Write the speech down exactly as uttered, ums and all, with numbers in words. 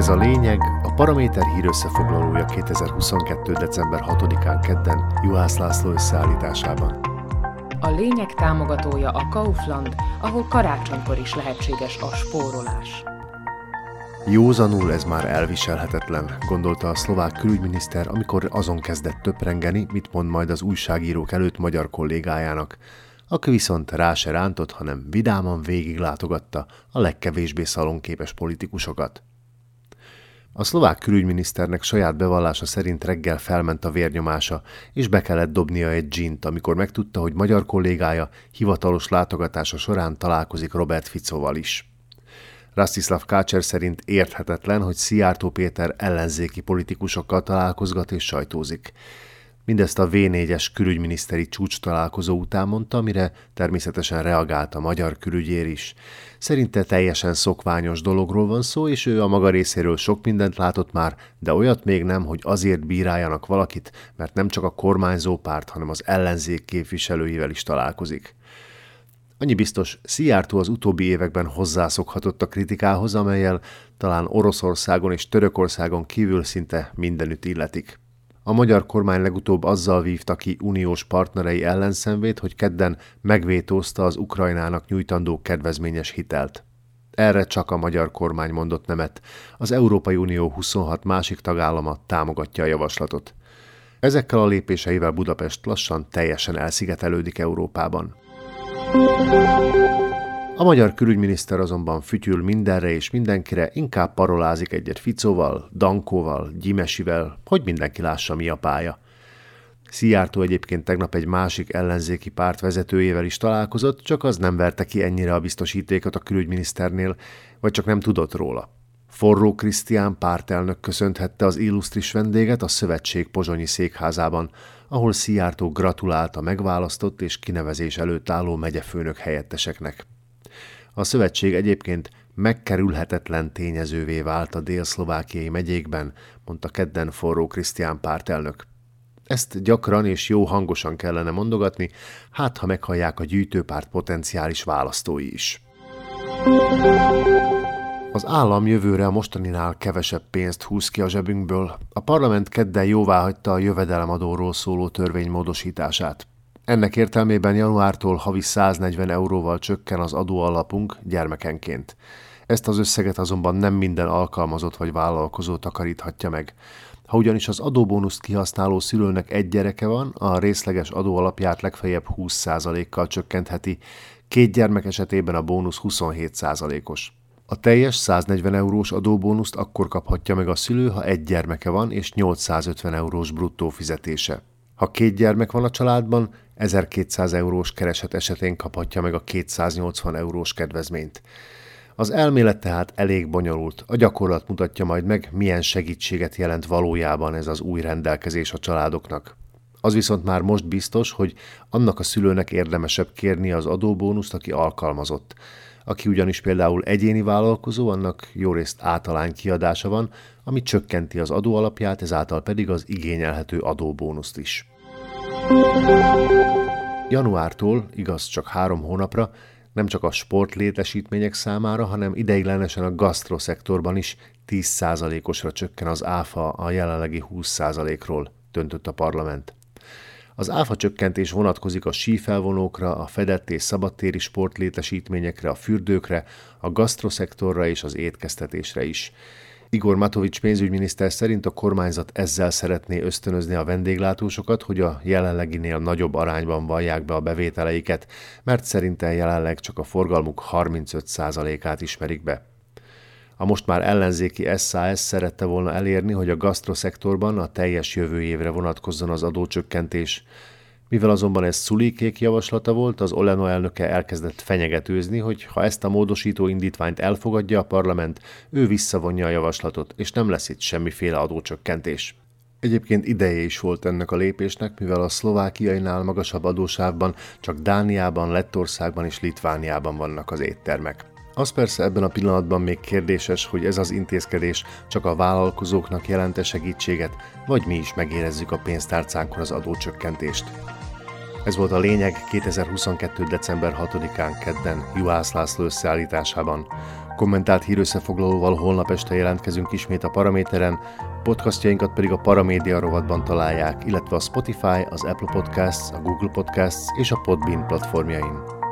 Ez a lényeg, a Paraméter hír összefoglalója kétezer-huszonkettő. december hatodikán kedden Juhász László összeállításában. A lényeg támogatója a Kaufland, ahol karácsonykor is lehetséges a spórolás. Józanul ez már elviselhetetlen, gondolta a szlovák külügyminiszter, amikor azon kezdett töprengeni, mit mond majd az újságírók előtt magyar kollégájának, aki viszont rá se rántott, hanem vidáman végiglátogatta a legkevésbé szalonképes politikusokat. A szlovák külügyminiszternek saját bevallása szerint reggel felment a vérnyomása, és be kellett dobnia egy gint, amikor megtudta, hogy magyar kollégája hivatalos látogatása során találkozik Robert Ficóval is. Rastislav Kácser szerint érthetetlen, hogy Szijjártó Péter ellenzéki politikusokkal találkozgat és sajtózik. Mindezt a vé négyes külügyminiszteri csúcs találkozó után mondta, amire természetesen reagált a magyar külügyér is. Szerinte teljesen szokványos dologról van szó, és ő a maga részéről sok mindent látott már, de olyat még nem, hogy azért bíráljanak valakit, mert nem csak a kormányzó párt, hanem az ellenzék képviselőivel is találkozik. Annyi biztos, Szijjártó az utóbbi években hozzászokhatott a kritikához, amellyel talán Oroszországon és Törökországon kívül szinte mindenütt illetik. A magyar kormány legutóbb azzal vívta ki uniós partnerei ellenszenvét, hogy kedden megvétózta az Ukrajnának nyújtandó kedvezményes hitelt. Erre csak a magyar kormány mondott nemet. Az Európai Unió huszonhat másik tagállama támogatja a javaslatot. Ezekkel a lépéseivel Budapest lassan teljesen elszigetelődik Európában. A magyar külügyminiszter azonban fütyül mindenre és mindenkire, inkább parolázik egyet Ficóval, Dankóval, Gyimesivel, hogy mindenki lássa, mi a pálya. Szijjártó egyébként tegnap egy másik ellenzéki párt vezetőjével is találkozott, csak az nem verte ki ennyire a biztosítékot a külügyminiszternél, vagy csak nem tudott róla. Forró Krisztián pártelnök köszönthette az illusztris vendéget a szövetség pozsonyi székházában, ahol Szijjártó gratulált a megválasztott és kinevezés előtt álló megyefőnök helyetteseknek. A szövetség egyébként megkerülhetetlen tényezővé vált a dél-szlovákiai megyékben, mondta kedden Forró Krisztián pártelnök. Ezt gyakran és jó hangosan kellene mondogatni, hát ha meghallják a gyűjtőpárt potenciális választói is. Az állam jövőre a mostaninál kevesebb pénzt húz ki a zsebünkből. A parlament kedden jóváhagyta a jövedelemadóról szóló törvény módosítását. Ennek értelmében januártól havi száznegyven euróval csökken az adóalapunk gyermekenként. Ezt az összeget azonban nem minden alkalmazott vagy vállalkozó takaríthatja meg. Ha ugyanis az adóbónuszt kihasználó szülőnek egy gyereke van, a részleges adóalapját legfeljebb húsz százalékkal csökkentheti, két gyermek esetében a bónusz huszonhét százalékos. A teljes száznegyven eurós adóbónuszt akkor kaphatja meg a szülő, ha egy gyermeke van és nyolcszázötven eurós bruttó fizetése. Ha két gyermek van a családban, ezerkétszáz eurós kereset esetén kaphatja meg a kétszáznyolcvan eurós kedvezményt. Az elmélet tehát elég bonyolult, a gyakorlat mutatja majd meg, milyen segítséget jelent valójában ez az új rendelkezés a családoknak. Az viszont már most biztos, hogy annak a szülőnek érdemesebb kérni az adóbónuszt, aki alkalmazott. Aki ugyanis például egyéni vállalkozó, annak jórészt általány kiadása van, ami csökkenti az adóalapját, ezáltal pedig az igényelhető adóbónuszt is. Januártól, igaz csak három hónapra, nem csak a sportlétesítmények számára, hanem ideiglenesen a gasztroszektorban is tíz százalékosra csökken az áfa a jelenlegi húsz százalékról, döntött a parlament. Az áfa csökkentés vonatkozik a sífelvonókra, a fedett és szabadtéri sportlétesítményekre, a fürdőkre, a gasztroszektorra és az étkeztetésre is. Igor Matovics pénzügyminiszter szerint a kormányzat ezzel szeretné ösztönözni a vendéglátósokat, hogy a jelenleginél nagyobb arányban vallják be a bevételeiket, mert szerinte jelenleg csak a forgalmuk harmincöt százalékát ismerik be. A most már ellenzéki es zé á es szerette volna elérni, hogy a gasztroszektorban a teljes jövő évre vonatkozzon az adócsökkentés. Mivel azonban ez Szulikék javaslata volt, az Oleno elnöke elkezdett fenyegetőzni, hogy ha ezt a módosító indítványt elfogadja a parlament, ő visszavonja a javaslatot, és nem lesz itt semmiféle adócsökkentés. Egyébként ideje is volt ennek a lépésnek, mivel a szlovákiainál magasabb adósávban csak Dániában, Lettországban és Litvániában vannak az éttermek. Az persze ebben a pillanatban még kérdéses, hogy ez az intézkedés csak a vállalkozóknak jelent-e segítséget, vagy mi is megérezzük a pénztárcánkon az adócsökkentést. Ez volt a lényeg kétezer-huszonkettő. december hatodikán kedden Juhász László összeállításában. Kommentált hírösszefoglalóval holnap este jelentkezünk ismét a Paraméteren, podcastjainkat pedig a Paramédia rovatban találják, illetve a Spotify, az Apple Podcasts, a Google Podcasts és a Podbean platformjain.